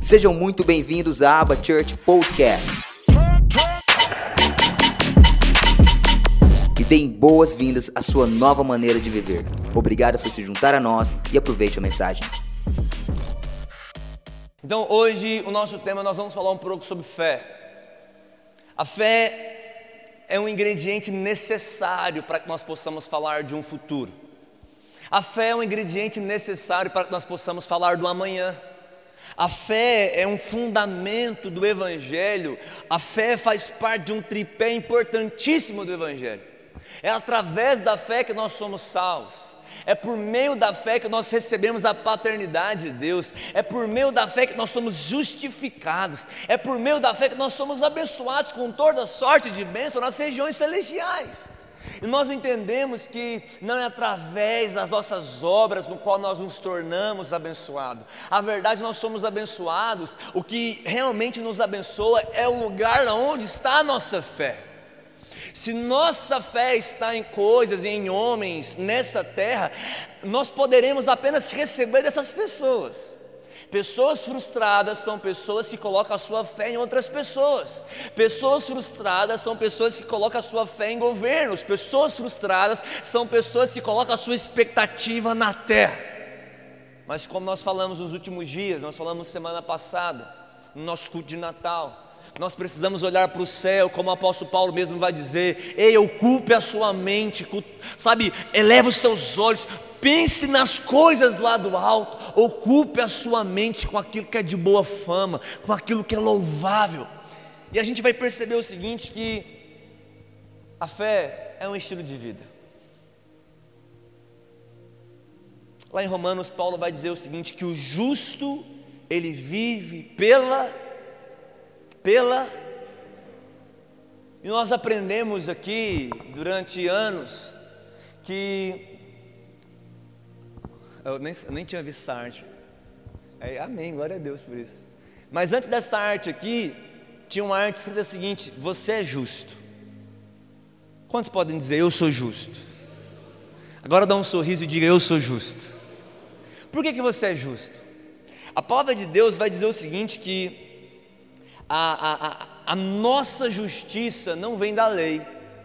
Sejam muito bem-vindos à Aba Church Podcast. E deem boas-vindas à sua nova maneira de viver. Obrigado por se juntar a nós e aproveite a mensagem. Então hoje o nosso tema, nós vamos falar um pouco sobre fé. A fé é um ingrediente necessário para que nós possamos falar de um futuro. A fé é um ingrediente necessário para que nós possamos falar do amanhã. A fé é um fundamento do Evangelho. A fé faz parte de um tripé importantíssimo do Evangelho. É através da fé que nós somos salvos. É por meio da fé que nós recebemos a paternidade de Deus. É por meio da fé que nós somos justificados. É por meio da fé que nós somos abençoados com toda sorte de bênção nas regiões celestiais. E nós entendemos que não é através das nossas obras no qual nós nos tornamos abençoados. A verdade, nós somos abençoados. O que realmente nos abençoa é o lugar onde está a nossa fé. Se nossa fé está em coisas e em homens nessa terra, nós poderemos apenas receber dessas pessoas. Pessoas frustradas são pessoas que colocam a sua fé em outras pessoas. Pessoas frustradas são pessoas que colocam a sua fé em governos. Pessoas frustradas são pessoas que colocam a sua expectativa na terra. Mas como nós falamos nos últimos dias, nós falamos semana passada, no nosso culto de Natal, nós precisamos olhar para o céu, como o apóstolo Paulo mesmo vai dizer: ei, ocupe a sua mente, sabe, eleva os seus olhos, pense nas coisas lá do alto, ocupe a sua mente com aquilo que é de boa fama, com aquilo que é louvável. E a gente vai perceber o seguinte, que a fé é um estilo de vida. Lá em Romanos, Paulo vai dizer o seguinte, que o justo, ele vive pela... E nós aprendemos aqui, durante anos, que... Eu nem tinha visto essa arte. Amém, glória a Deus por isso. Mas antes dessa arte aqui, tinha uma arte escrita a seguinte: você é justo. Quantos podem dizer, eu sou justo? Agora dá um sorriso e diga, eu sou justo. Por que você é justo? A palavra de Deus vai dizer o seguinte, que a nossa justiça não vem da lei.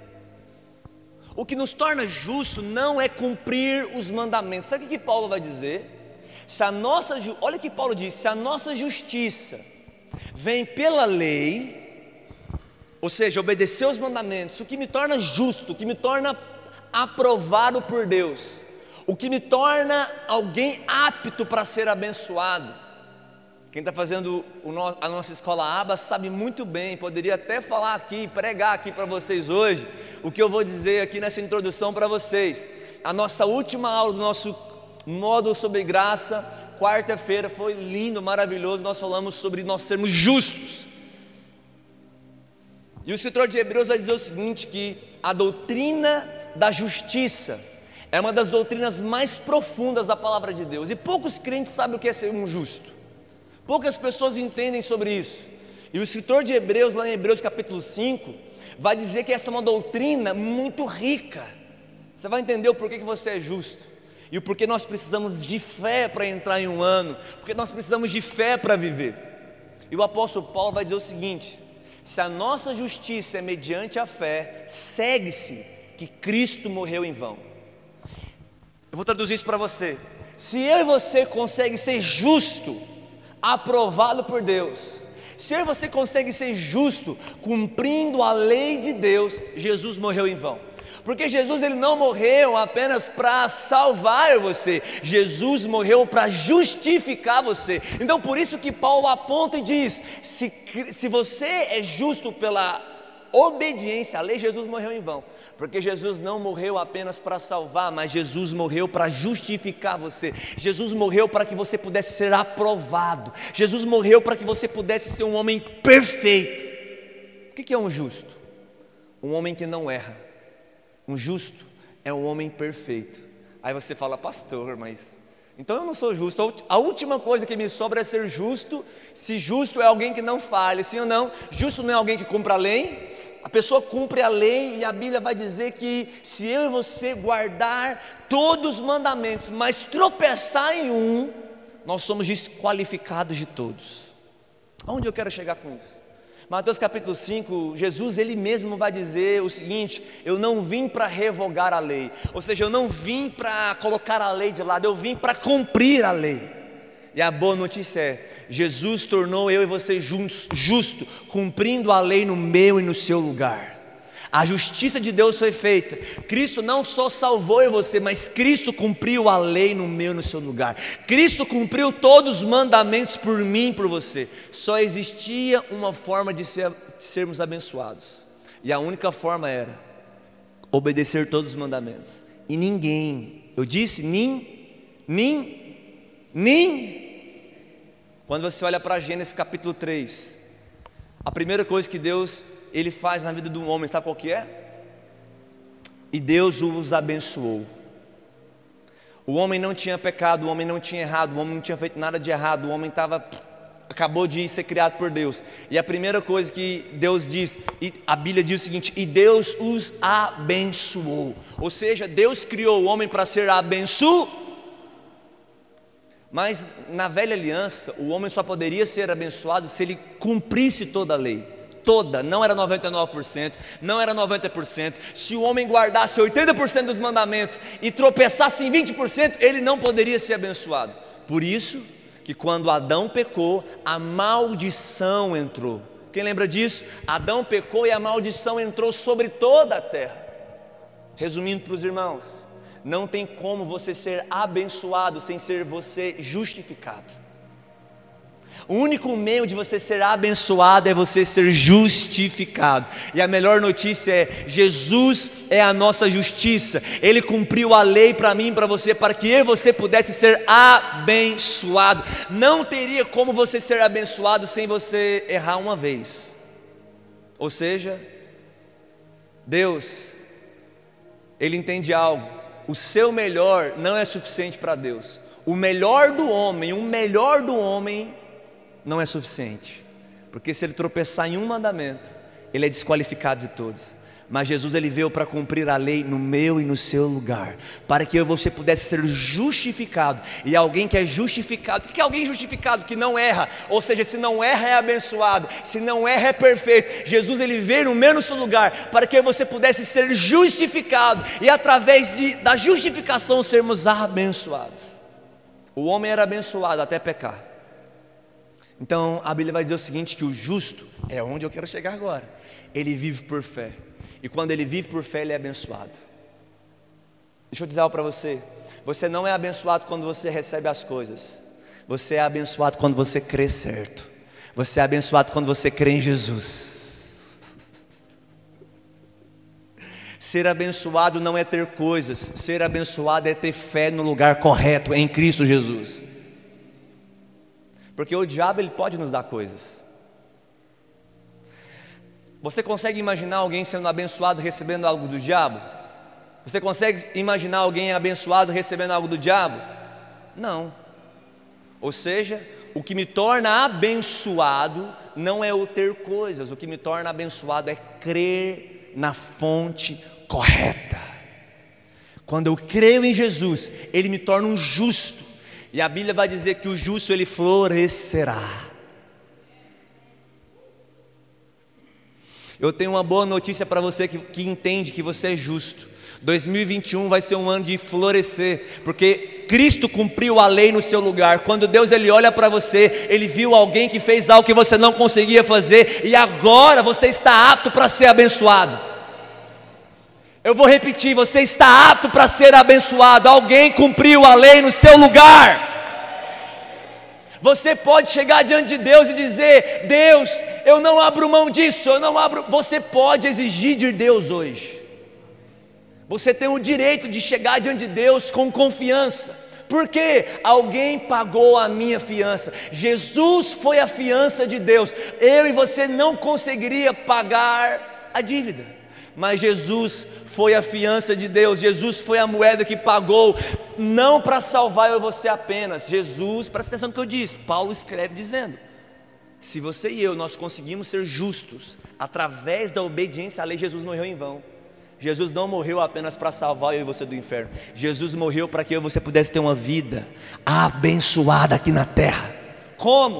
O que nos torna justo não é cumprir os mandamentos. Sabe o que Paulo vai dizer? Olha o que Paulo diz: se a nossa justiça vem pela lei, ou seja, obedecer os mandamentos, o que me torna justo, o que me torna aprovado por Deus, o que me torna alguém apto para ser abençoado. Quem está fazendo a nossa escola ABA sabe muito bem, poderia até falar aqui, pregar aqui para vocês hoje, o que eu vou dizer aqui nessa introdução para vocês. A nossa última aula do nosso módulo sobre graça, quarta-feira, foi lindo, maravilhoso. Nós falamos sobre nós sermos justos. E o escritor de Hebreus vai dizer o seguinte, que a doutrina da justiça é uma das doutrinas mais profundas da palavra de Deus. E poucos crentes sabem o que é ser um justo. Poucas pessoas entendem sobre isso. E o escritor de Hebreus, lá em Hebreus capítulo 5, vai dizer que essa é uma doutrina muito rica. Você vai entender o porquê que você é justo, e o porquê nós precisamos de fé para entrar em um ano, porque nós precisamos de fé para viver. E o apóstolo Paulo vai dizer o seguinte: se a nossa justiça é mediante a fé, segue-se que Cristo morreu em vão. Eu vou traduzir isso para você. Se eu e você conseguem ser justo, aprovado por Deus, se você consegue ser justo, cumprindo a lei de Deus, Jesus morreu em vão. Porque Jesus, ele não morreu apenas para salvar você, Jesus morreu para justificar você. Então por isso que Paulo aponta e diz, se você é justo pela obediência à lei, Jesus morreu em vão. Porque Jesus não morreu apenas para salvar, mas Jesus morreu para justificar você. Jesus morreu para que você pudesse ser aprovado. Jesus morreu para que você pudesse ser um homem perfeito. O que é um justo? Um homem que não erra. Um justo é um homem perfeito. Aí você fala, pastor, mas então eu não sou justo. A última coisa que me sobra é ser justo. Se justo é alguém que não falha, sim ou não? Justo não é alguém que cumpre a lei. A pessoa cumpre a lei, e a Bíblia vai dizer que se eu e você guardar todos os mandamentos, mas tropeçar em um, nós somos desqualificados de todos. Aonde eu quero chegar com isso? Mateus capítulo 5, Jesus ele mesmo vai dizer o seguinte: eu não vim para revogar a lei, ou seja, eu não vim para colocar a lei de lado, eu vim para cumprir a lei. E a boa notícia é, Jesus tornou eu e você justo, cumprindo a lei no meu e no seu lugar. A justiça de Deus foi feita. Cristo não só salvou eu e você, mas Cristo cumpriu a lei no meu e no seu lugar. Cristo cumpriu todos os mandamentos por mim e por você. Só existia uma forma de sermos abençoados, e a única forma era obedecer todos os mandamentos. E ninguém, eu disse quando você olha para Gênesis capítulo 3, a primeira coisa que Deus ele faz na vida de um homem, sabe qual que é? E Deus os abençoou. O homem não tinha pecado, o homem não tinha errado, o homem não tinha feito nada de errado, o homem acabou de ser criado por Deus. E a primeira coisa que Deus diz, e a Bíblia diz o seguinte: e Deus os abençoou. Ou seja, Deus criou o homem para ser abençoado. Mas na velha aliança, o homem só poderia ser abençoado se ele cumprisse toda a lei. Toda, não era 99%, não era 90%. Se o homem guardasse 80% dos mandamentos e tropeçasse em 20%, ele não poderia ser abençoado. Por isso que quando Adão pecou, a maldição entrou. Quem lembra disso? Adão pecou e a maldição entrou sobre toda a terra. Resumindo para os irmãos, não tem como você ser abençoado sem ser você justificado. O único meio de você ser abençoado é você ser justificado. E a melhor notícia é: Jesus é a nossa justiça. Ele cumpriu a lei para mim e para você, para que eu e você pudesse ser abençoado. Não teria como você ser abençoado sem você errar uma vez. Ou seja, Deus, Ele entende algo: o seu melhor não é suficiente para Deus. O melhor do homem não é suficiente, porque se ele tropeçar em um mandamento, ele é desqualificado de todos. Mas Jesus ele veio para cumprir a lei no meu e no seu lugar, para que eu e você pudesse ser justificado. E alguém que é justificado, o que é alguém justificado? Que não erra, ou seja, se não erra é abençoado, se não erra é perfeito. Jesus ele veio no meu e no seu lugar, para que eu e você pudesse ser justificado, e através da justificação sermos abençoados. O homem era abençoado até pecar. Então a Bíblia vai dizer o seguinte, que o justo, é onde eu quero chegar agora, ele vive por fé. E quando ele vive por fé, ele é abençoado. Deixa eu dizer algo para você: você não é abençoado quando você recebe as coisas, você é abençoado quando você crê certo. Você é abençoado quando você crê em Jesus. Ser abençoado não é ter coisas, ser abençoado é ter fé no lugar correto, em Cristo Jesus. Porque o diabo ele pode nos dar coisas. Você consegue imaginar alguém sendo abençoado recebendo algo do diabo? Você consegue imaginar alguém abençoado recebendo algo do diabo? Não. Ou seja, o que me torna abençoado não é o ter coisas, o que me torna abençoado é crer na fonte correta. Quando eu creio em Jesus, Ele me torna um justo. E a Bíblia vai dizer que o justo ele florescerá. Eu tenho uma boa notícia para você que entende que você é justo. 2021 vai ser um ano de florescer, porque Cristo cumpriu a lei no seu lugar. Quando Deus ele olha para você, Ele viu alguém que fez algo que você não conseguia fazer, e agora você está apto para ser abençoado. Eu vou repetir, você está apto para ser abençoado. Alguém cumpriu a lei no seu lugar. Você pode chegar diante de Deus e dizer: Deus, eu não abro mão disso, eu não abro. Você pode exigir de Deus hoje. Você tem o direito de chegar diante de Deus com confiança, porque alguém pagou a minha fiança. Jesus foi a fiança de Deus. Eu e você não conseguiria pagar a dívida, mas Jesus foi a fiança de Deus. Jesus foi a moeda que pagou, não para salvar eu e você apenas. Jesus, presta atenção no que eu disse, Paulo escreve dizendo: se você e eu, nós conseguimos ser justos através da obediência à lei, Jesus morreu em vão. Jesus não morreu apenas para salvar eu e você do inferno. Jesus morreu para que eu e você pudesse ter uma vida abençoada aqui na terra. Como?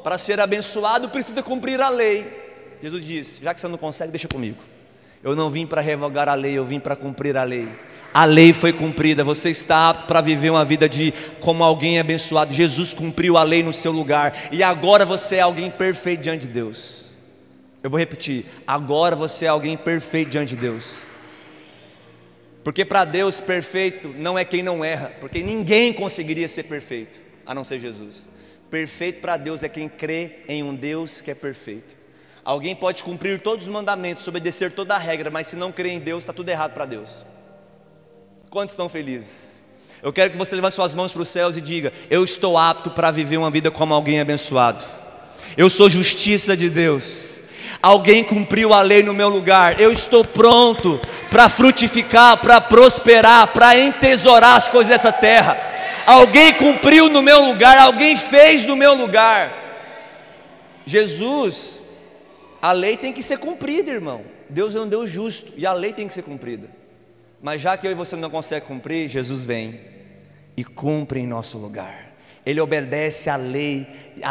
para ser abençoado, precisa cumprir a lei. Jesus disse: já que você não consegue, deixa comigo. Eu não vim para revogar a lei, eu vim para cumprir a lei. A lei foi cumprida, você está apto para viver uma vida como alguém abençoado. Jesus cumpriu a lei no seu lugar, e agora você é alguém perfeito diante de Deus. Eu vou repetir: agora você é alguém perfeito diante de Deus. Porque para Deus perfeito não é quem não erra, porque ninguém conseguiria ser perfeito, a não ser Jesus. Perfeito para Deus é quem crê em um Deus que é perfeito. Alguém pode cumprir todos os mandamentos, obedecer toda a regra, mas se não crê em Deus, está tudo errado para Deus. Quantos estão felizes? Eu quero que você levante suas mãos para os céus e diga: eu estou apto para viver uma vida como alguém abençoado. Eu sou justiça de Deus. Alguém cumpriu a lei no meu lugar. Eu estou pronto para frutificar, para prosperar, para entesourar as coisas dessa terra. Alguém cumpriu no meu lugar, alguém fez no meu lugar. Jesus, a lei tem que ser cumprida, irmão. Deus é um Deus justo e a lei tem que ser cumprida. Mas já que eu e você não conseguem cumprir, Jesus vem e cumpre em nosso lugar. Ele obedece a lei,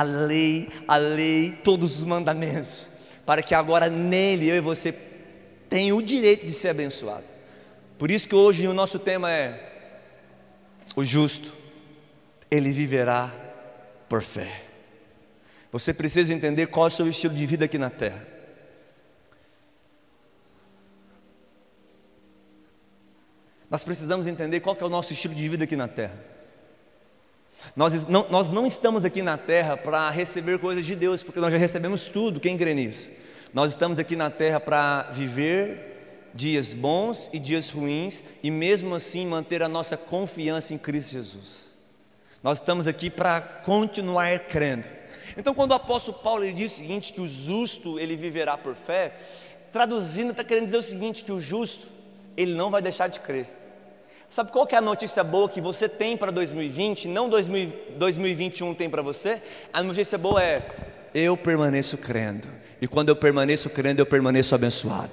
todos os mandamentos, para que agora nele eu e você tenham o direito de ser abençoado. Por isso que hoje o nosso tema é: o justo, ele viverá por fé. Você precisa entender qual é o seu estilo de vida aqui na terra. Nós precisamos entender qual que é o nosso estilo de vida aqui na terra. Nós não estamos aqui na terra para receber coisas de Deus, porque nós já recebemos tudo, quem crê nisso? Nós estamos aqui na terra para viver dias bons e dias ruins, e mesmo assim manter a nossa confiança em Cristo Jesus. Nós estamos aqui para continuar crendo. Então quando o apóstolo Paulo ele diz o seguinte, que o justo ele viverá por fé, traduzindo está querendo dizer o seguinte, que o justo ele não vai deixar de crer. Sabe qual que é a notícia boa que você tem para 2020, não 2021 tem para você? A notícia boa é: eu permaneço crendo, e quando eu permaneço crendo, eu permaneço abençoado.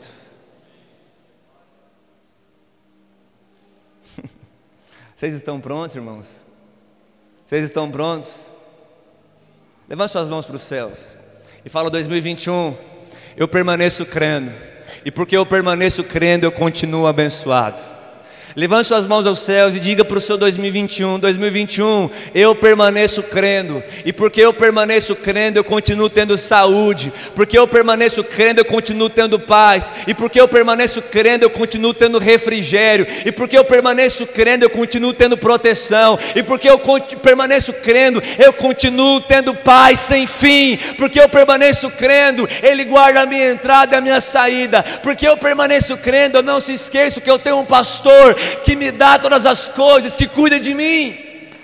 Vocês estão prontos, irmãos? Vocês estão prontos? Levante suas mãos para os céus e fala: 2021, eu permaneço crendo, e porque eu permaneço crendo, eu continuo abençoado. Levante suas mãos aos céus e diga para o seu 2021: 2021, eu permaneço crendo, e porque eu permaneço crendo, eu continuo tendo saúde, porque eu permaneço crendo, eu continuo tendo paz, e porque eu permaneço crendo, eu continuo tendo refrigério, e porque eu permaneço crendo, eu continuo tendo proteção, e porque eu permaneço crendo, eu continuo tendo paz sem fim, porque eu permaneço crendo, Ele guarda a minha entrada e a minha saída, porque eu permaneço crendo, eu não se esqueço que eu tenho um pastor que me dá todas as coisas, que cuida de mim.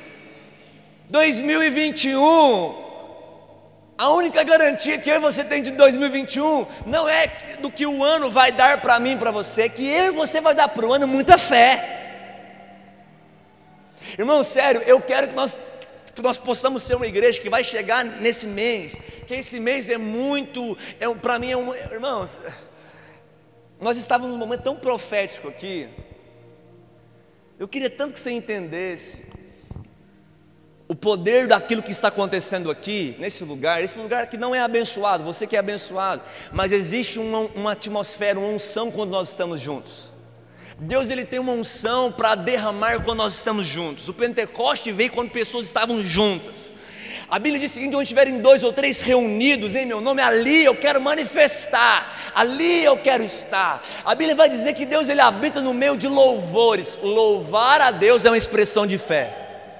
2021, a única garantia que eu e você tem de 2021 não é do que o ano vai dar para mim e para você, é que eu e você vai dar para o ano muita fé. Irmão, sério, eu quero que nós possamos ser uma igreja que vai chegar nesse mês, que esse mês para mim irmãos, nós estávamos num momento tão profético aqui. Eu queria tanto que você entendesse o poder daquilo que está acontecendo aqui, nesse lugar. Esse lugar que não é abençoado, você que é abençoado, mas existe uma atmosfera, uma unção quando nós estamos juntos. Deus ele tem uma unção para derramar quando nós estamos juntos. O Pentecoste veio quando pessoas estavam juntas. A Bíblia diz o seguinte: onde estiverem 2 ou 3 reunidos em meu nome, ali eu quero manifestar, ali eu quero estar. A Bíblia vai dizer que Deus ele habita no meio de louvores. Louvar a Deus é uma expressão de fé.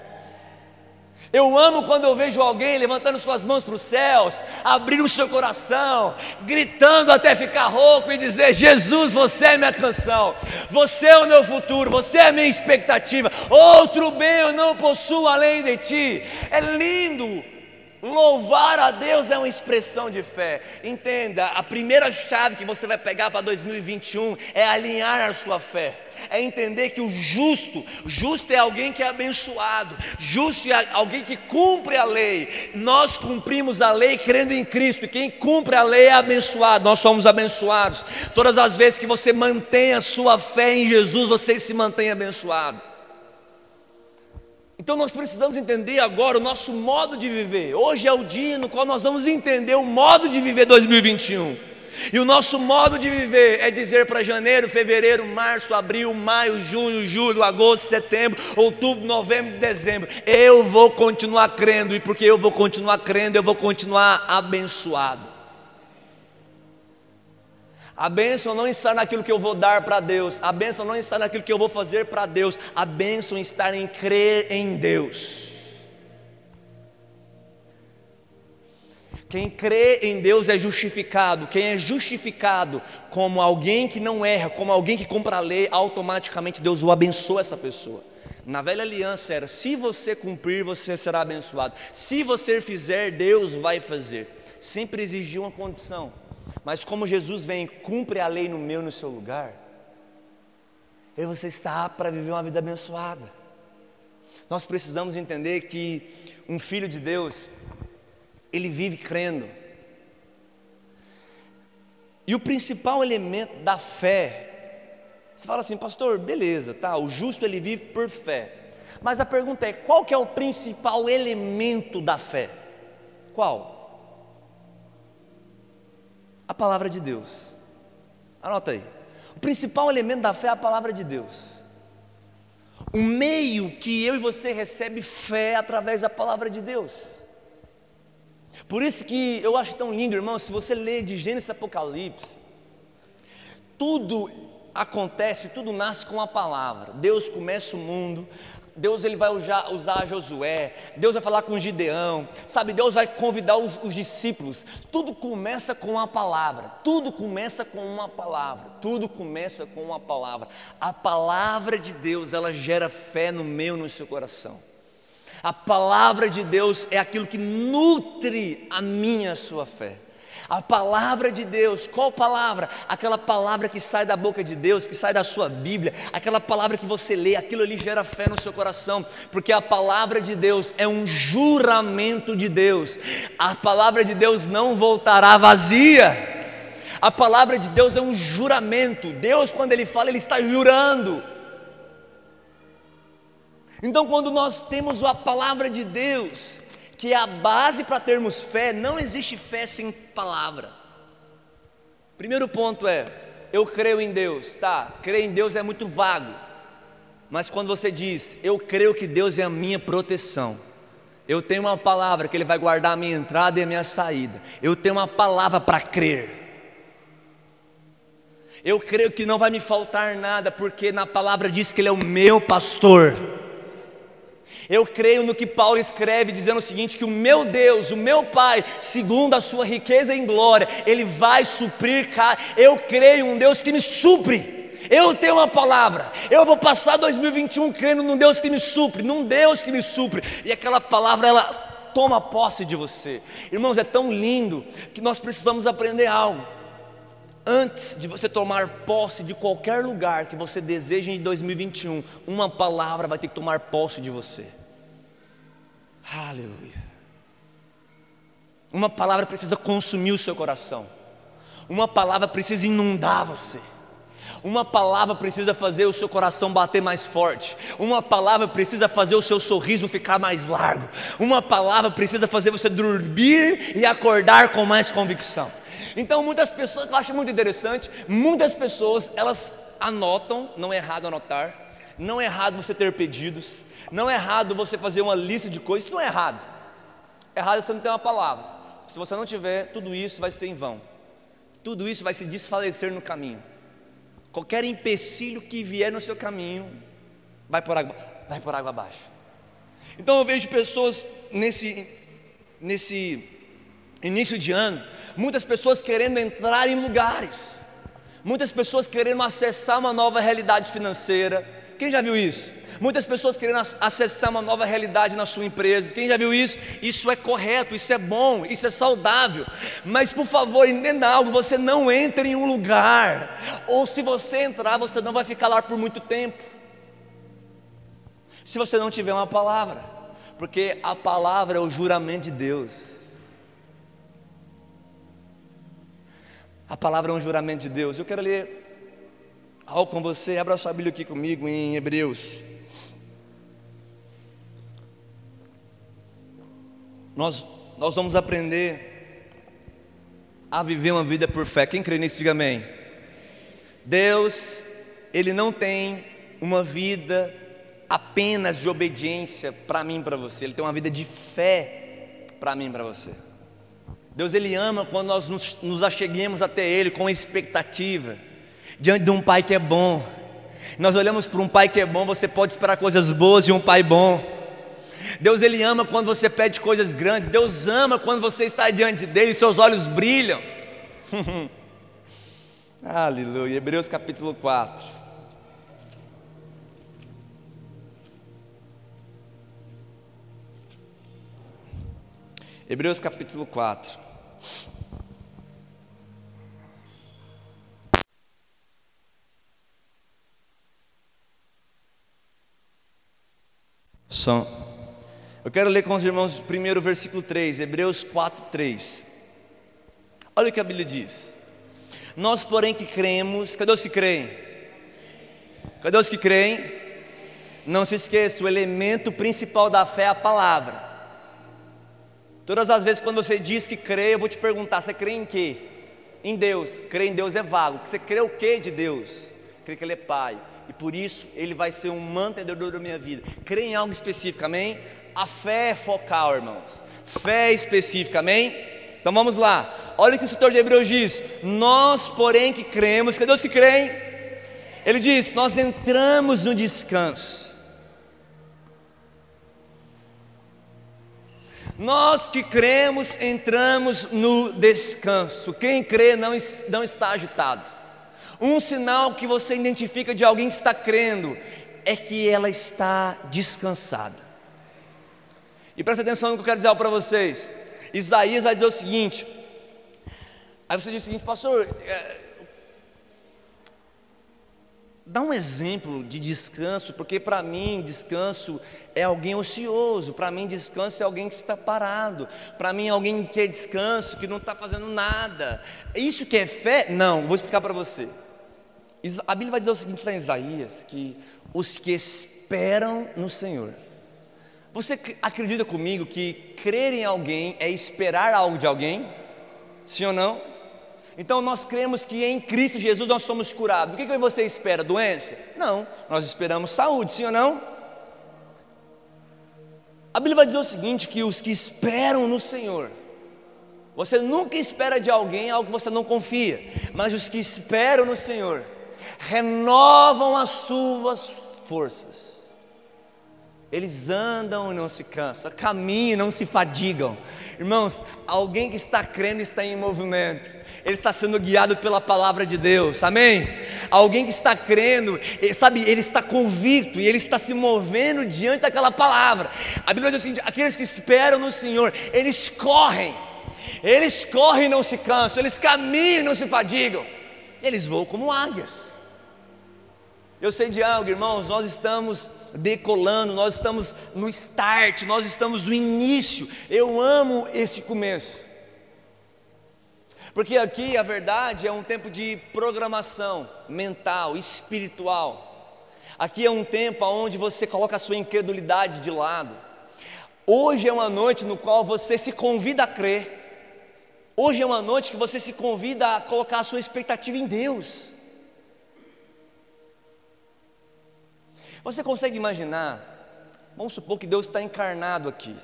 Eu amo quando eu vejo alguém levantando suas mãos para os céus, abrindo o seu coração, gritando até ficar rouco e dizer: Jesus, você é minha canção, você é o meu futuro, você é a minha expectativa, outro bem eu não possuo além de ti. É lindo. Louvar a Deus é uma expressão de fé. Entenda, a primeira chave que você vai pegar para 2021 é alinhar a sua fé. É entender que o justo é alguém que é abençoado, justo é alguém que cumpre a lei. Nós cumprimos a lei crendo em Cristo, e quem cumpre a lei é abençoado, nós somos abençoados. Todas as vezes que você mantém a sua fé em Jesus, você se mantém abençoado. Então nós precisamos entender agora o nosso modo de viver. Hoje é o dia no qual nós vamos entender o modo de viver 2021. E o nosso modo de viver é dizer para janeiro, fevereiro, março, abril, maio, junho, julho, agosto, setembro, outubro, novembro, dezembro, eu vou continuar crendo, e porque eu vou continuar crendo, eu vou continuar abençoado. A bênção não está naquilo que eu vou dar para Deus, a bênção não está naquilo que eu vou fazer para Deus, a bênção está em crer em Deus. Quem crê em Deus é justificado. Quem é justificado como alguém que não erra, como alguém que cumpre a lei, automaticamente Deus o abençoa essa pessoa. Na velha aliança era: se você cumprir, você será abençoado. Se você fizer, Deus vai fazer. Sempre exigia uma condição. Mas como Jesus vem e cumpre a lei no meu e no seu lugar, e você está apto para viver uma vida abençoada. Nós precisamos entender que um filho de Deus, ele vive crendo. E o principal elemento da fé, você fala assim: pastor, beleza, tá, o justo ele vive por fé. Mas a pergunta é: qual que é o principal elemento da fé? Qual? A palavra de Deus. Anota aí. O principal elemento da fé é a palavra de Deus. O meio que eu e você recebe fé através da palavra de Deus. Por isso que eu acho tão lindo, irmão, se você ler de Gênesis a Apocalipse, tudo acontece, tudo nasce com a palavra. Deus começa o mundo, Deus ele vai usar Josué, Deus vai falar com Gideão, sabe, Deus vai convidar os discípulos. Tudo começa com a palavra, tudo começa com uma palavra, tudo começa com uma palavra. A palavra de Deus, ela gera fé no meu e no seu coração. A palavra de Deus é aquilo que nutre a minha e a sua fé. A palavra de Deus, qual palavra? Aquela palavra que sai da boca de Deus, que sai da sua Bíblia, aquela palavra que você lê, aquilo ali gera fé no seu coração, porque a palavra de Deus é um juramento de Deus. A palavra de Deus não voltará vazia. A palavra de Deus é um juramento. Deus, quando Ele fala, Ele está jurando. Então, quando nós temos a palavra de Deus, que é a base para termos fé, não existe fé sem palavra. Primeiro ponto é: eu creio em Deus. Tá, crer em Deus é muito vago. Mas quando você diz: eu creio que Deus é a minha proteção, eu tenho uma palavra que Ele vai guardar a minha entrada e a minha saída, eu tenho uma palavra para crer. Eu creio que não vai me faltar nada, porque na palavra diz que Ele é o meu pastor. Eu creio no que Paulo escreve, dizendo o seguinte: que o meu Deus, o meu Pai, segundo a sua riqueza em glória, Ele vai suprir. Eu creio em um Deus que me supre. Eu tenho uma palavra. Eu vou passar 2021 crendo num Deus que me supre, num Deus que me supre. E aquela palavra, ela toma posse de você. Irmãos, é tão lindo que nós precisamos aprender algo. Antes de você tomar posse de qualquer lugar que você deseja em 2021, uma palavra vai ter que tomar posse de você. Aleluia. Uma palavra precisa consumir o seu coração. Uma palavra precisa inundar você. Uma palavra precisa fazer o seu coração bater mais forte. Uma palavra precisa fazer o seu sorriso ficar mais largo. Uma palavra precisa fazer você dormir e acordar com mais convicção. Então muitas pessoas, eu acho muito interessante, muitas pessoas elas anotam, não é errado anotar, não é errado você ter pedidos, não é errado você fazer uma lista de coisas, isso não é errado. É errado você não ter uma palavra. Se você não tiver, tudo isso vai ser em vão. Tudo isso vai se desfalecer no caminho. Qualquer empecilho que vier no seu caminho vai por água abaixo. Então eu vejo pessoas nesse início de ano, muitas pessoas querendo entrar em lugares, muitas pessoas querendo acessar uma nova realidade financeira. Quem já viu isso? Muitas pessoas querendo acessar uma nova realidade na sua empresa. Quem já viu isso? Isso é correto, isso é bom, isso é saudável. Mas por favor, entenda algo: você não entra em um lugar, ou se você entrar, você não vai ficar lá por muito tempo, se você não tiver uma palavra, porque a palavra é o juramento de Deus. A palavra é um juramento de Deus. Eu quero ler algo com você. Abra sua Bíblia aqui comigo em Hebreus. nós vamos aprender a viver uma vida por fé. Quem crê nisso, diga amém. Deus, Ele não tem uma vida apenas de obediência para mim e para você. Ele tem uma vida de fé para mim e para você. Deus, Ele ama quando nós nos acheguemos até Ele com expectativa, diante de um Pai que é bom. Nós olhamos para um Pai que é bom, você pode esperar coisas boas de um Pai bom. Deus, Ele ama quando você pede coisas grandes. Deus ama quando você está diante dEle e seus olhos brilham. Aleluia. Hebreus capítulo 4. Hebreus capítulo 4. Eu quero ler com os irmãos primeiro o versículo 3, Hebreus 4, 3. Olha o que a Bíblia diz. Nós, porém, que cremos, cadê os que creem? Cadê os que creem? Não se esqueça, o elemento principal da fé é a palavra. Todas as vezes quando você diz que crê, eu vou te perguntar, você crê em quê? Em Deus. Crer em Deus é vago. Você crê o quê de Deus? Crê que Ele é Pai, e por isso Ele vai ser um mantenedor da minha vida. Crê em algo específico, amém? A fé é focal, irmãos. Fé é específica, amém? Então vamos lá. Olha o que o escritor de Hebreus diz. Nós, porém, que cremos, cadê os que creem? Ele diz, nós entramos no descanso. Nós que cremos, entramos no descanso. Quem crê não está agitado. Um sinal que você identifica de alguém que está crendo é que ela está descansada. E presta atenção no que eu quero dizer para vocês. Isaías vai dizer o seguinte. Aí você diz o seguinte, pastor, dá um exemplo de descanso, porque para mim descanso é alguém ocioso, para mim descanso é alguém que está parado, para mim alguém que quer descanso, que não está fazendo nada. Isso que é fé? Não, vou explicar para você. A Bíblia vai dizer o seguinte lá em Isaías, que os que esperam no Senhor. Você acredita comigo que crer em alguém é esperar algo de alguém? Sim ou não? Então nós cremos que em Cristo Jesus nós somos curados. O que você espera? Doença? Não, nós esperamos saúde, sim ou não? A Bíblia vai dizer o seguinte, que os que esperam no Senhor, você nunca espera de alguém algo que você não confia, mas os que esperam no Senhor renovam as suas forças. Eles andam e não se cansam, caminham e não se fadigam. Irmãos, alguém que está crendo está em movimento. Ele está sendo guiado pela palavra de Deus, amém? Alguém que está crendo, sabe, ele está convicto e ele está se movendo diante daquela palavra. A Bíblia diz o seguinte, aqueles que esperam no Senhor, eles correm e não se cansam, eles caminham e não se fadigam, eles voam como águias. Eu sei de algo, irmãos, nós estamos decolando, nós estamos no start, nós estamos no início. Eu amo esse começo, porque aqui a verdade é um tempo de programação mental, espiritual. Aqui é um tempo onde você coloca a sua incredulidade de lado. Hoje é uma noite no qual você se convida a crer. Hoje é uma noite que você se convida a colocar a sua expectativa em Deus. Você consegue imaginar? Vamos supor que Deus está encarnado aqui.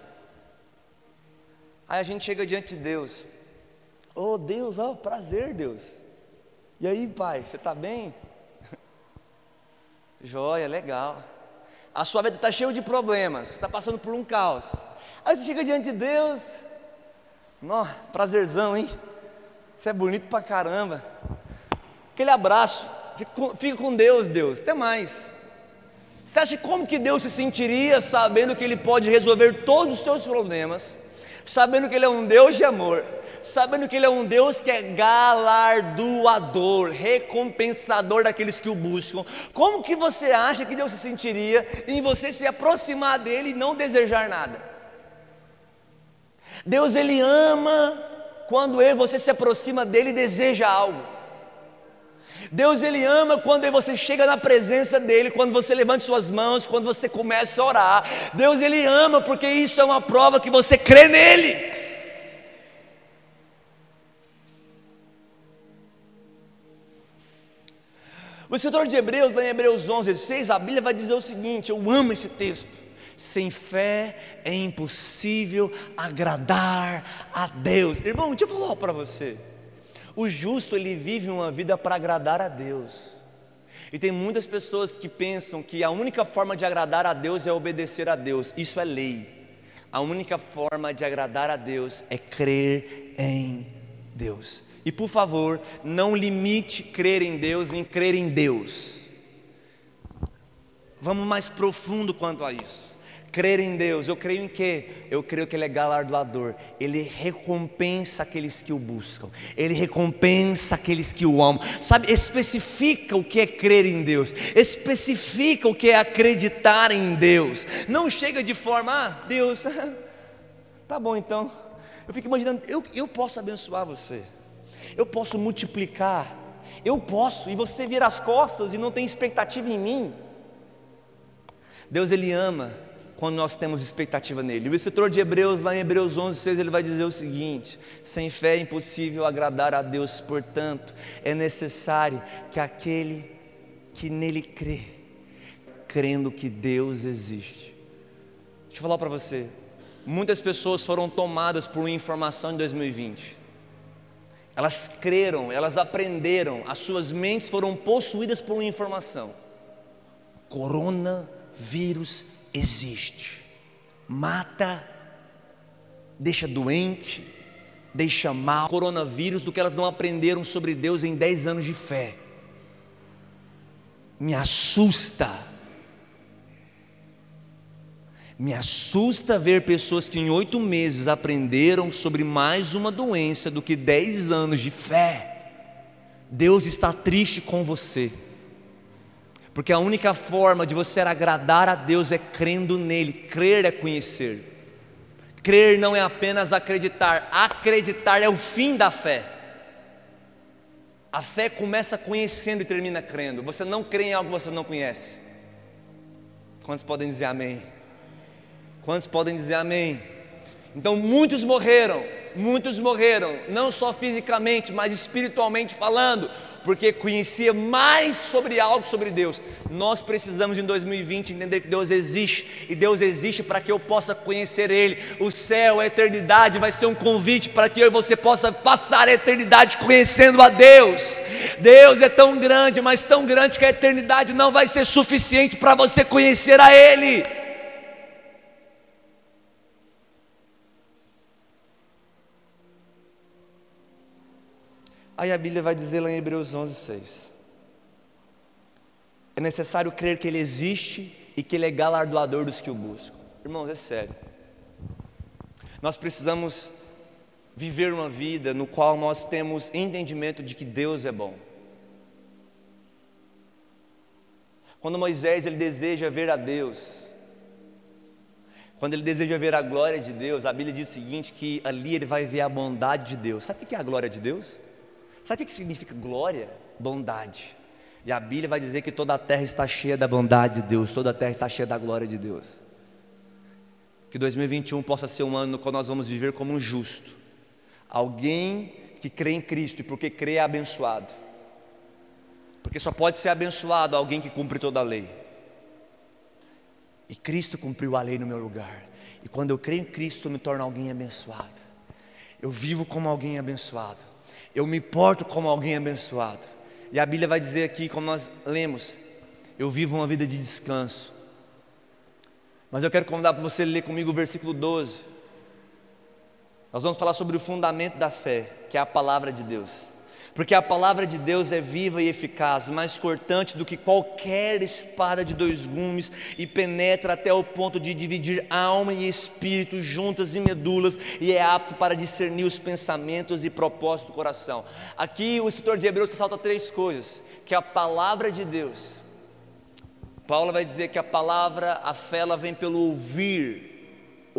Aí a gente chega diante de Deus. Oh Deus, oh, prazer Deus. E aí pai, você está bem? Joia, legal. A sua vida está cheia de problemas, você está passando por um caos. Aí você chega diante de Deus. Prazerzão, hein? Você é bonito pra caramba. Aquele abraço, fica com Deus, Deus, até mais. Você acha como que Deus se sentiria sabendo que Ele pode resolver todos os seus problemas, sabendo que Ele é um Deus de amor, sabendo que Ele é um Deus que é galardoador, recompensador daqueles que o buscam? Como que você acha que Deus se sentiria em você se aproximar dEle e não desejar nada? Deus, Ele ama quando você se aproxima dEle e deseja algo. Deus, Ele ama quando você chega na presença dEle, quando você levanta suas mãos, quando você começa a orar. Deus, Ele ama porque isso é uma prova que você crê nele. O escritor de Hebreus, lá em Hebreus 11:6, a Bíblia vai dizer o seguinte, eu amo esse texto: sem fé é impossível agradar a Deus. Irmão, deixa eu falar para você. O justo, ele vive uma vida para agradar a Deus. E tem muitas pessoas que pensam que a única forma de agradar a Deus é obedecer a Deus. Isso é lei. A única forma de agradar a Deus é crer em Deus. E por favor, não limite crer em Deus em crer em Deus. Vamos mais profundo quanto a isso. Crer em Deus, eu creio em quê? Eu creio que Ele é galardoador. Ele recompensa aqueles que o buscam. Ele recompensa aqueles que o amam. Sabe, especifica o que é crer em Deus. Especifica o que é acreditar em Deus. Não chega de forma, Deus, tá bom então. Eu fico imaginando, eu posso abençoar você. Eu posso multiplicar. Eu posso, e você vira as costas e não tem expectativa em mim. Deus, Ele ama quando nós temos expectativa nele. O escritor de Hebreus, lá em Hebreus 11:6, ele vai dizer o seguinte: sem fé é impossível agradar a Deus, portanto, é necessário que aquele que nele crê, crendo que Deus existe. Deixa eu falar para você, muitas pessoas foram tomadas por uma informação em 2020. Elas creram, elas aprenderam, as suas mentes foram possuídas por uma informação. Coronavírus existe, mata, deixa doente, deixa mal. Coronavírus, do que elas não aprenderam sobre Deus em 10 anos de fé. Me assusta ver pessoas que em 8 meses aprenderam sobre mais uma doença do que 10 anos de fé. Deus está triste com você. Porque a única forma de você agradar a Deus é crendo nele. Crer é conhecer. Crer não é apenas acreditar. Acreditar é o fim da fé. A fé começa conhecendo e termina crendo. Você não crê em algo que você não conhece. Quantos podem dizer amém? Quantos podem dizer amém? Então muitos morreram, não só fisicamente, mas espiritualmente falando, porque conhecia mais sobre algo sobre Deus. Nós precisamos em 2020 entender que Deus existe, e Deus existe para que eu possa conhecer Ele. O céu, a eternidade vai ser um convite para que eu e você possa passar a eternidade conhecendo a Deus. Deus é tão grande, mas tão grande que a eternidade não vai ser suficiente para você conhecer a Ele. Aí a Bíblia vai dizer lá em Hebreus 11:6, é necessário crer que Ele existe e que Ele é galardoador dos que o buscam. Irmãos, é sério. Nós precisamos viver uma vida no qual nós temos entendimento de que Deus é bom. Quando Moisés, ele deseja ver a Deus, quando ele deseja ver a glória de Deus, a Bíblia diz o seguinte, que ali ele vai ver a bondade de Deus. Sabe o que é a glória de Deus? Sabe o que significa glória? Bondade. E a Bíblia vai dizer que toda a terra está cheia da bondade de Deus, toda a terra está cheia da glória de Deus. Que 2021 possa ser um ano no qual nós vamos viver como um justo, alguém que crê em Cristo, e porque crê é abençoado. Porque só pode ser abençoado alguém que cumpre toda a lei. E Cristo cumpriu a lei no meu lugar. E quando eu creio em Cristo, eu me torno alguém abençoado. Eu vivo como alguém abençoado. Eu me porto como alguém abençoado. E a Bíblia vai dizer aqui, como nós lemos, eu vivo uma vida de descanso. Mas eu quero convidar para você ler comigo o versículo 12. Nós vamos falar sobre o fundamento da fé, que é a palavra de Deus. Porque a palavra de Deus é viva e eficaz, mais cortante do que qualquer espada de 2 gumes, e penetra até o ponto de dividir alma e espírito, juntas e medulas, e é apto para discernir os pensamentos e propósitos do coração. Aqui o escritor de Hebreus ressalta 3 coisas, que a palavra de Deus, Paulo vai dizer que a palavra, a fé, ela vem pelo ouvir.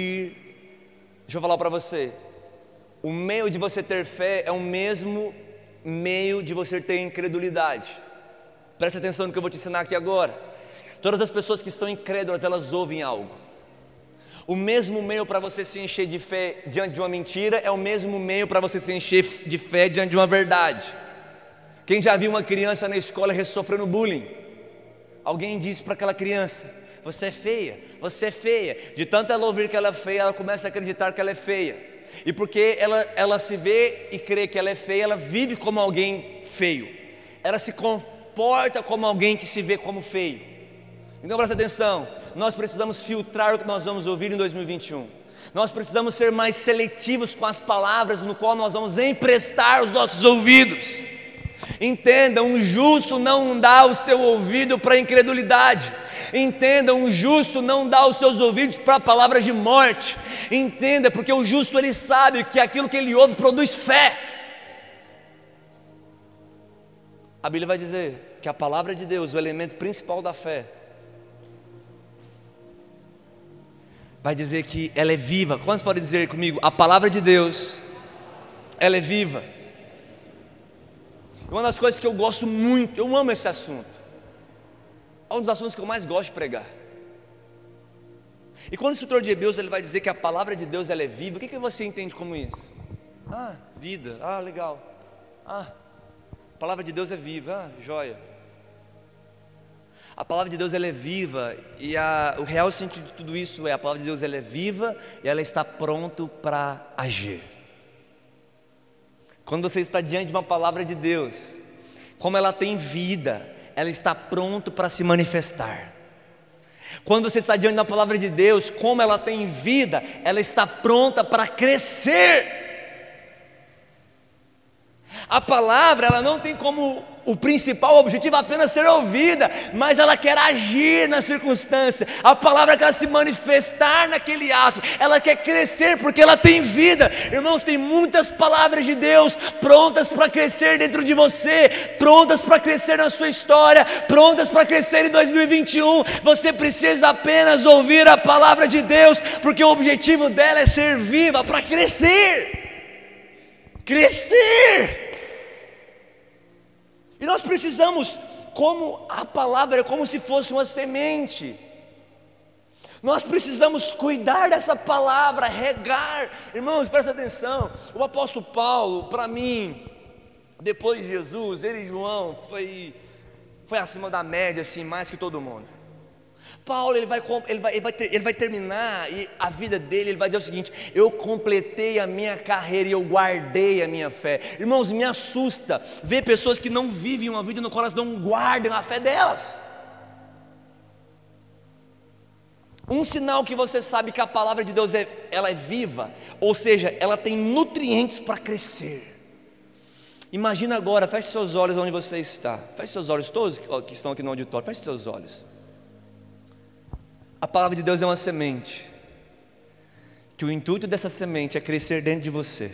Deixa eu falar para você, o meio de você ter fé é o mesmo meio de você ter incredulidade. Presta atenção no que eu vou te ensinar aqui agora. Todas as pessoas que são incrédulas, elas ouvem algo. O mesmo meio para você se encher de fé diante de uma mentira é o mesmo meio para você se encher de fé diante de uma verdade. Quem já viu uma criança na escola sofrendo bullying? Alguém disse para aquela criança: você é feia, você é feia. De tanto ela ouvir que ela é feia, ela começa a acreditar que ela é feia. E porque ela se vê e crê que ela é feia, ela vive como alguém feio. Ela se comporta como alguém que se vê como feio. Então presta atenção, nós precisamos filtrar o que nós vamos ouvir em 2021. Nós precisamos ser mais seletivos com as palavras no qual nós vamos emprestar os nossos ouvidos. Entenda, um justo não dá o seu ouvido para a incredulidade. Entenda, um justo não dá os seus ouvidos para palavras de morte. Entenda, porque o justo ele sabe que aquilo que ele ouve produz fé. A Bíblia vai dizer que a palavra de Deus, o elemento principal da fé, vai dizer que ela é viva. Quantos podem dizer comigo? A palavra de Deus, ela é viva. Uma das coisas que eu gosto muito, eu amo esse assunto, é um dos assuntos que eu mais gosto de pregar. E quando o escritor de Hebreus ele vai dizer que a palavra de Deus ela é viva, o que você entende como isso? Vida, legal. A palavra de Deus é viva, joia. A palavra de Deus ela é viva, e o real sentido de tudo isso é: a palavra de Deus ela é viva e ela está pronta para agir. Quando você está diante de uma palavra de Deus, como ela tem vida, ela está pronta para se manifestar. Quando você está diante da palavra de Deus, como ela tem vida, ela está pronta para crescer. A palavra, ela não tem como o principal objetivo apenas ser ouvida, mas ela quer agir na circunstância. A palavra quer se manifestar naquele ato, ela quer crescer porque ela tem vida. Irmãos, tem muitas palavras de Deus prontas para crescer dentro de você, prontas para crescer na sua história, prontas para crescer em 2021. Você precisa apenas ouvir a palavra de Deus, porque o objetivo dela é ser viva para crescer. Crescer! E nós precisamos, como a palavra é como se fosse uma semente, nós precisamos cuidar dessa palavra, regar. Irmãos, presta atenção, o apóstolo Paulo, para mim, depois de Jesus, ele e João, foi acima da média, assim, mais que todo mundo. Paulo, ele vai terminar a vida dele, ele vai dizer o seguinte: eu completei a minha carreira e eu guardei a minha fé. Irmãos, me assusta ver pessoas que não vivem uma vida no qual elas não guardam a fé delas. Um sinal que você sabe que a palavra de Deus ela é viva, ou seja, ela tem nutrientes para crescer. Imagina agora, feche seus olhos onde você está. Feche seus olhos, todos que estão aqui no auditório, feche seus olhos. A palavra de Deus é uma semente, que o intuito dessa semente é crescer dentro de você.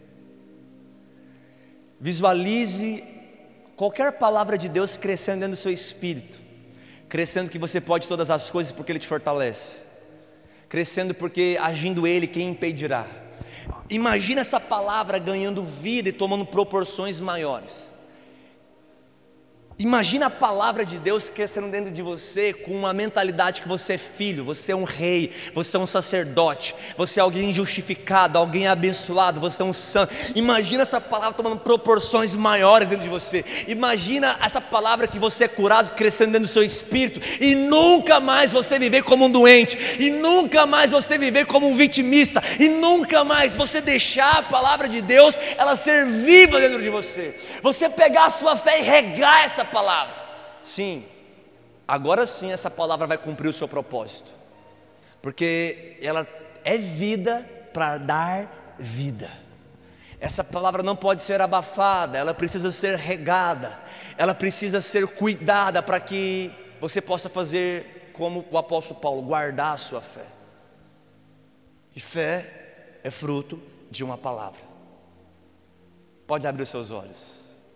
Visualize qualquer palavra de Deus crescendo dentro do seu espírito, crescendo que você pode todas as coisas porque Ele te fortalece, crescendo porque agindo Ele, quem impedirá? Imagina essa palavra ganhando vida e tomando proporções maiores. Imagina a palavra de Deus crescendo dentro de você com uma mentalidade que você é filho, você é um rei, você é um sacerdote, você é alguém justificado, alguém abençoado, você é um santo. Imagina essa palavra tomando proporções maiores dentro de você. Imagina essa palavra que você é curado crescendo dentro do seu espírito, e nunca mais você viver como um doente, e nunca mais você viver como um vitimista, e nunca mais você deixar a palavra de Deus ela ser viva dentro de você. Você pegar a sua fé e regar essa palavra. Sim, agora sim essa palavra vai cumprir o seu propósito, porque ela é vida para dar vida. Essa palavra não pode ser abafada, ela precisa ser regada, ela precisa ser cuidada para que você possa fazer como o apóstolo Paulo, guardar a sua fé. E fé é fruto de uma palavra. Pode abrir os seus olhos.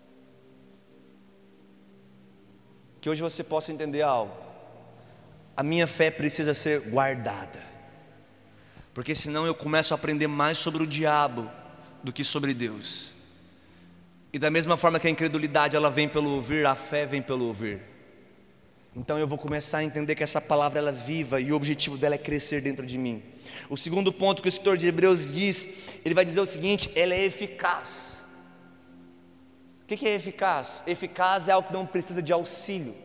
Que hoje você possa entender algo. A minha fé precisa ser guardada, porque senão eu começo a aprender mais sobre o diabo do que sobre Deus. E da mesma forma que a incredulidade ela vem pelo ouvir, a fé vem pelo ouvir. Então eu vou começar a entender que essa palavra ela é viva e o objetivo dela é crescer dentro de mim. O segundo ponto que o escritor de Hebreus diz, ele vai dizer o seguinte: ela é eficaz. O que é eficaz? Eficaz é algo que não precisa de auxílio.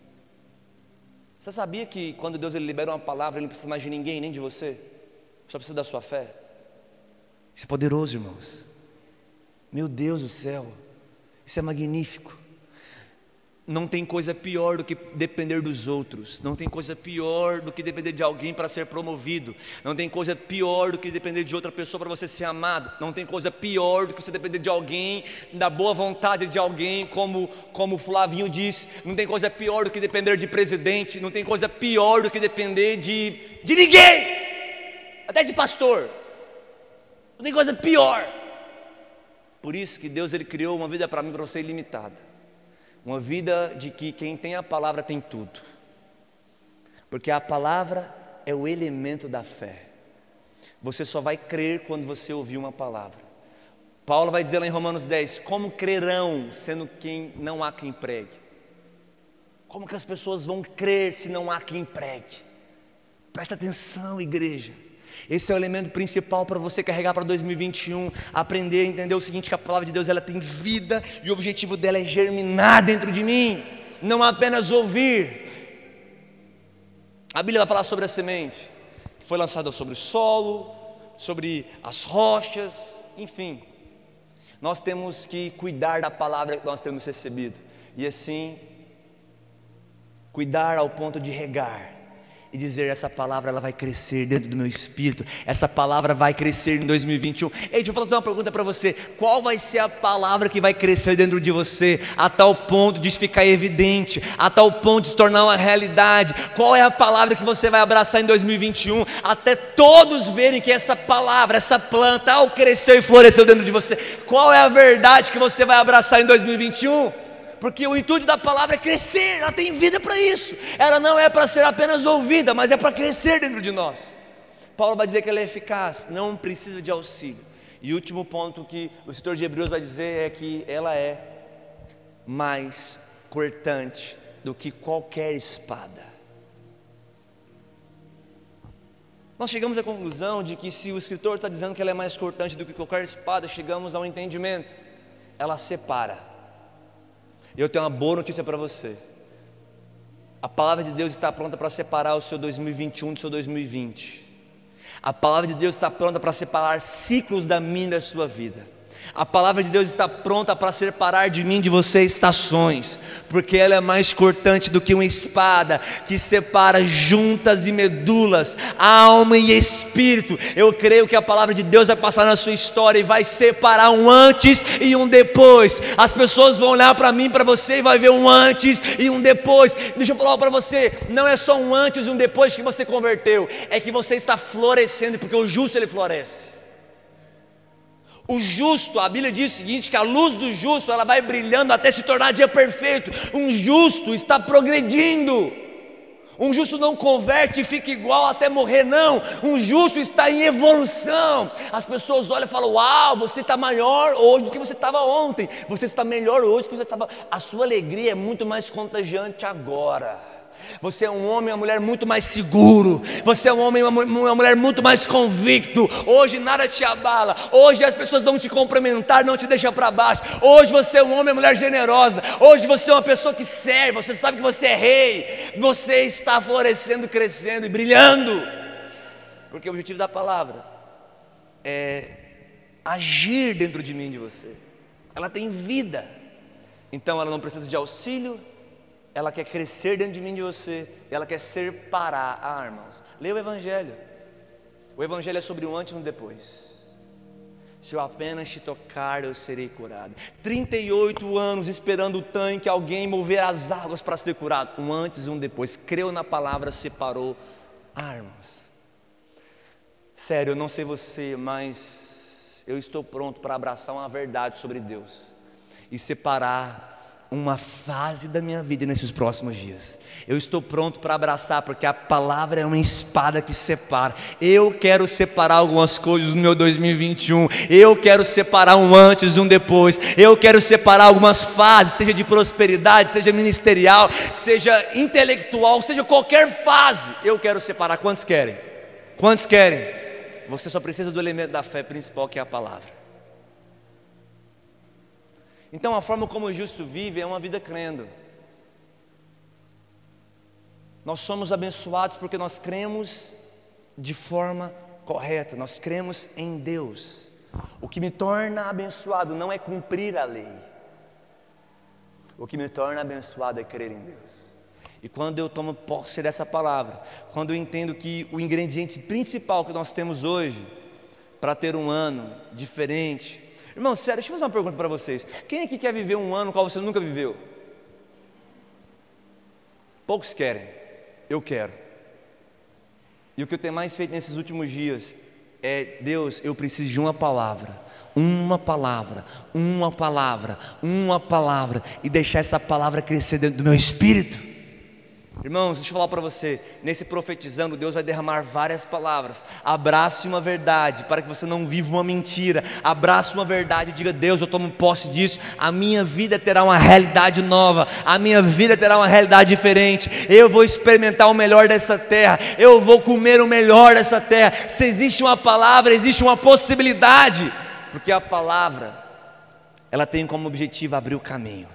Você sabia que quando Deus ele libera uma palavra, ele não precisa mais de ninguém, nem de você? Só precisa da sua fé. Isso é poderoso, irmãos. Meu Deus do céu, isso é magnífico. Não tem coisa pior do que depender dos outros. Não tem coisa pior do que depender de alguém para ser promovido. Não tem coisa pior do que depender de outra pessoa para você ser amado. Não tem coisa pior do que você depender de alguém, da boa vontade de alguém, como o Flavinho diz. Não tem coisa pior do que depender de presidente. Não tem coisa pior do que depender de ninguém, até de pastor. Não tem coisa pior. Por isso que Deus ele criou uma vida para mim, para você, ilimitada. Uma vida de que quem tem a palavra tem tudo. Porque a palavra é o elemento da fé. Você só vai crer quando você ouvir uma palavra. Paulo vai dizer lá em Romanos 10: como crerão, sendo quem não há quem pregue? Como que as pessoas vão crer se não há quem pregue? Presta atenção, igreja. Esse é o elemento principal para você carregar para 2021, aprender a entender o seguinte: que a palavra de Deus ela tem vida e o objetivo dela é germinar dentro de mim, não apenas ouvir. A Bíblia vai falar sobre a semente, que foi lançada sobre o solo, sobre as rochas, enfim. Nós temos que cuidar da palavra que nós temos recebido, e assim, cuidar ao ponto de regar. E dizer: essa palavra ela vai crescer dentro do meu espírito. Essa palavra vai crescer em 2021. Ei, deixa eu fazer uma pergunta para você. Qual vai ser a palavra que vai crescer dentro de você, a tal ponto de ficar evidente, a tal ponto de se tornar uma realidade? Qual é a palavra que você vai abraçar em 2021, até todos verem que essa palavra, essa planta, cresceu e floresceu dentro de você? Qual é a verdade que você vai abraçar em 2021? Porque o intuito da palavra é crescer, ela tem vida para isso. Ela não é para ser apenas ouvida, mas é para crescer dentro de nós. Paulo vai dizer que ela é eficaz, não precisa de auxílio. E o último ponto que o escritor de Hebreus vai dizer é que ela é mais cortante do que qualquer espada. Nós chegamos à conclusão de que se o escritor está dizendo que ela é mais cortante do que qualquer espada, chegamos a um entendimento: ela separa. E eu tenho uma boa notícia para você: a palavra de Deus está pronta para separar o seu 2021 do seu 2020. A palavra de Deus está pronta para separar ciclos da minha e da sua vida. A palavra de Deus está pronta para separar de mim, de você, estações, porque ela é mais cortante do que uma espada que separa juntas e medulas, alma e espírito. Eu creio que a palavra de Deus vai passar na sua história e vai separar um antes e um depois. As pessoas vão olhar para mim, para você, e vai ver um antes e um depois. Deixa eu falar para você: não é só um antes e um depois que você converteu, é que você está florescendo, porque o justo ele floresce. O justo, a Bíblia diz o seguinte: que a luz do justo ela vai brilhando até se tornar dia perfeito. Um justo está progredindo. Um justo não converte e fica igual até morrer, não. Um justo está em evolução. As pessoas olham e falam: uau, você está maior hoje do que você estava ontem. Você está melhor hoje do que você estava. A sua alegria é muito mais contagiante agora. Você é um homem e uma mulher muito mais seguro. Você é um homem e uma mulher muito mais convicto. Hoje nada te abala. Hoje as pessoas vão te cumprimentar, não te deixam para baixo. Hoje você é um homem e uma mulher generosa. Hoje você é uma pessoa que serve. Você sabe que você é rei. Você está florescendo, crescendo e brilhando. Porque o objetivo da palavra é agir dentro de mim e de você. Ela tem vida. Então ela não precisa de auxílio. Ela quer crescer dentro de mim e de você. Ela quer separar. Irmãos, leia o Evangelho. O Evangelho é sobre um antes e um depois. Se eu apenas te tocar, eu serei curado. 38 anos esperando o tanque, alguém mover as águas para ser curado. Um antes e um depois. Creu na palavra, separou. Irmãos, sério, eu não sei você, mas eu estou pronto para abraçar uma verdade sobre Deus e separar uma fase da minha vida nesses próximos dias. Eu estou pronto para abraçar, porque a palavra é uma espada que separa. Eu quero separar algumas coisas no meu 2021. Eu quero separar um antes e um depois. Eu quero separar algumas fases, seja de prosperidade, seja ministerial, seja intelectual, seja qualquer fase. Eu quero separar. Quantos querem? Quantos querem? Você só precisa do elemento da fé principal, que é a palavra. Então a forma como o justo vive é uma vida crendo. Nós somos abençoados porque nós cremos de forma correta, nós cremos em Deus. O que me torna abençoado não é cumprir a lei. O que me torna abençoado é crer em Deus. E quando eu tomo posse dessa palavra, quando eu entendo que o ingrediente principal que nós temos hoje para ter um ano diferente. Irmão, sério, deixa eu fazer uma pergunta para vocês. Quem aqui quer viver um ano no qual você nunca viveu? Poucos querem. Eu quero. E o que eu tenho mais feito nesses últimos dias é: Deus, eu preciso de uma palavra. Uma palavra, uma palavra, uma palavra. E deixar essa palavra crescer dentro do meu espírito. Irmãos, deixa eu falar para você, nesse profetizando, Deus vai derramar várias palavras. Abrace uma verdade, para que você não viva uma mentira. Abrace uma verdade e diga: Deus, eu tomo posse disso. A minha vida terá uma realidade nova. A minha vida terá uma realidade diferente. Eu vou experimentar o melhor dessa terra. Eu vou comer o melhor dessa terra. Se existe uma palavra, existe uma possibilidade. Porque a palavra, ela tem como objetivo abrir o caminho.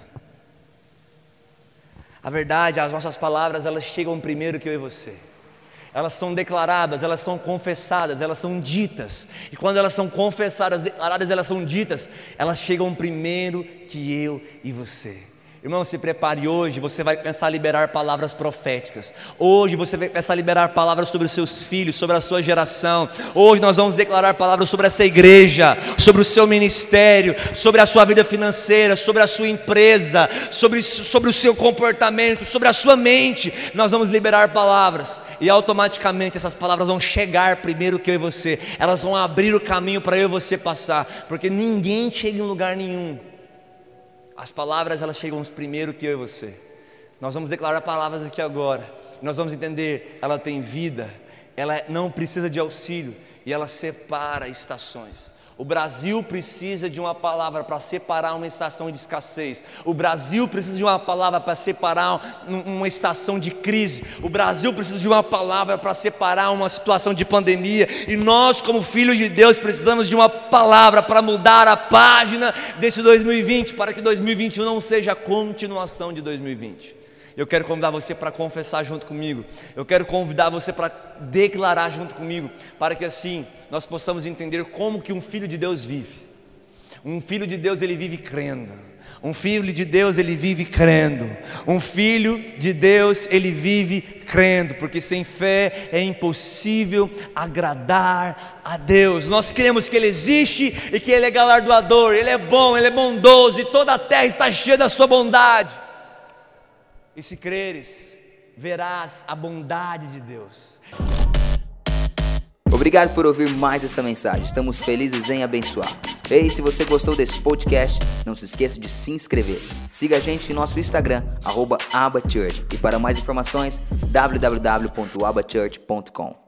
A verdade, as nossas palavras, elas chegam primeiro que eu e você. Elas são declaradas, elas são confessadas, elas são ditas. E quando elas são confessadas, declaradas, elas são ditas, elas chegam primeiro que eu e você. Irmão, se prepare, hoje você vai começar a liberar palavras proféticas. Hoje você vai começar a liberar palavras sobre os seus filhos, sobre a sua geração. Hoje nós vamos declarar palavras sobre essa igreja, sobre o seu ministério, sobre a sua vida financeira, sobre a sua empresa, sobre o seu comportamento, sobre a sua mente. Nós vamos liberar palavras e automaticamente essas palavras vão chegar primeiro que eu e você. Elas vão abrir o caminho para eu e você passar, porque ninguém chega em lugar nenhum. As palavras, elas chegam primeiro que eu e você. Nós vamos declarar palavras aqui agora. Nós vamos entender, ela tem vida, ela não precisa de auxílio e ela separa estações. O Brasil precisa de uma palavra para separar uma estação de escassez. O Brasil precisa de uma palavra para separar uma estação de crise. O Brasil precisa de uma palavra para separar uma situação de pandemia. E nós, como filhos de Deus, precisamos de uma palavra para mudar a página desse 2020, para que 2021 não seja a continuação de 2020. Eu quero convidar você para confessar junto comigo. Eu quero convidar você para declarar junto comigo, para que assim nós possamos entender como que um filho de Deus vive. Um filho de Deus, ele vive crendo. Um filho de Deus, ele vive crendo. Um filho de Deus, ele vive crendo, porque sem fé é impossível agradar a Deus. Nós cremos que Ele existe e que Ele é galardoador, Ele é bom, Ele é bondoso e toda a terra está cheia da sua bondade. E se creres, verás a bondade de Deus. Obrigado por ouvir mais esta mensagem. Estamos felizes em abençoar. E se você gostou desse podcast, não se esqueça de se inscrever. Siga a gente em nosso Instagram, @abachurch. E para mais informações, www.abachurch.com.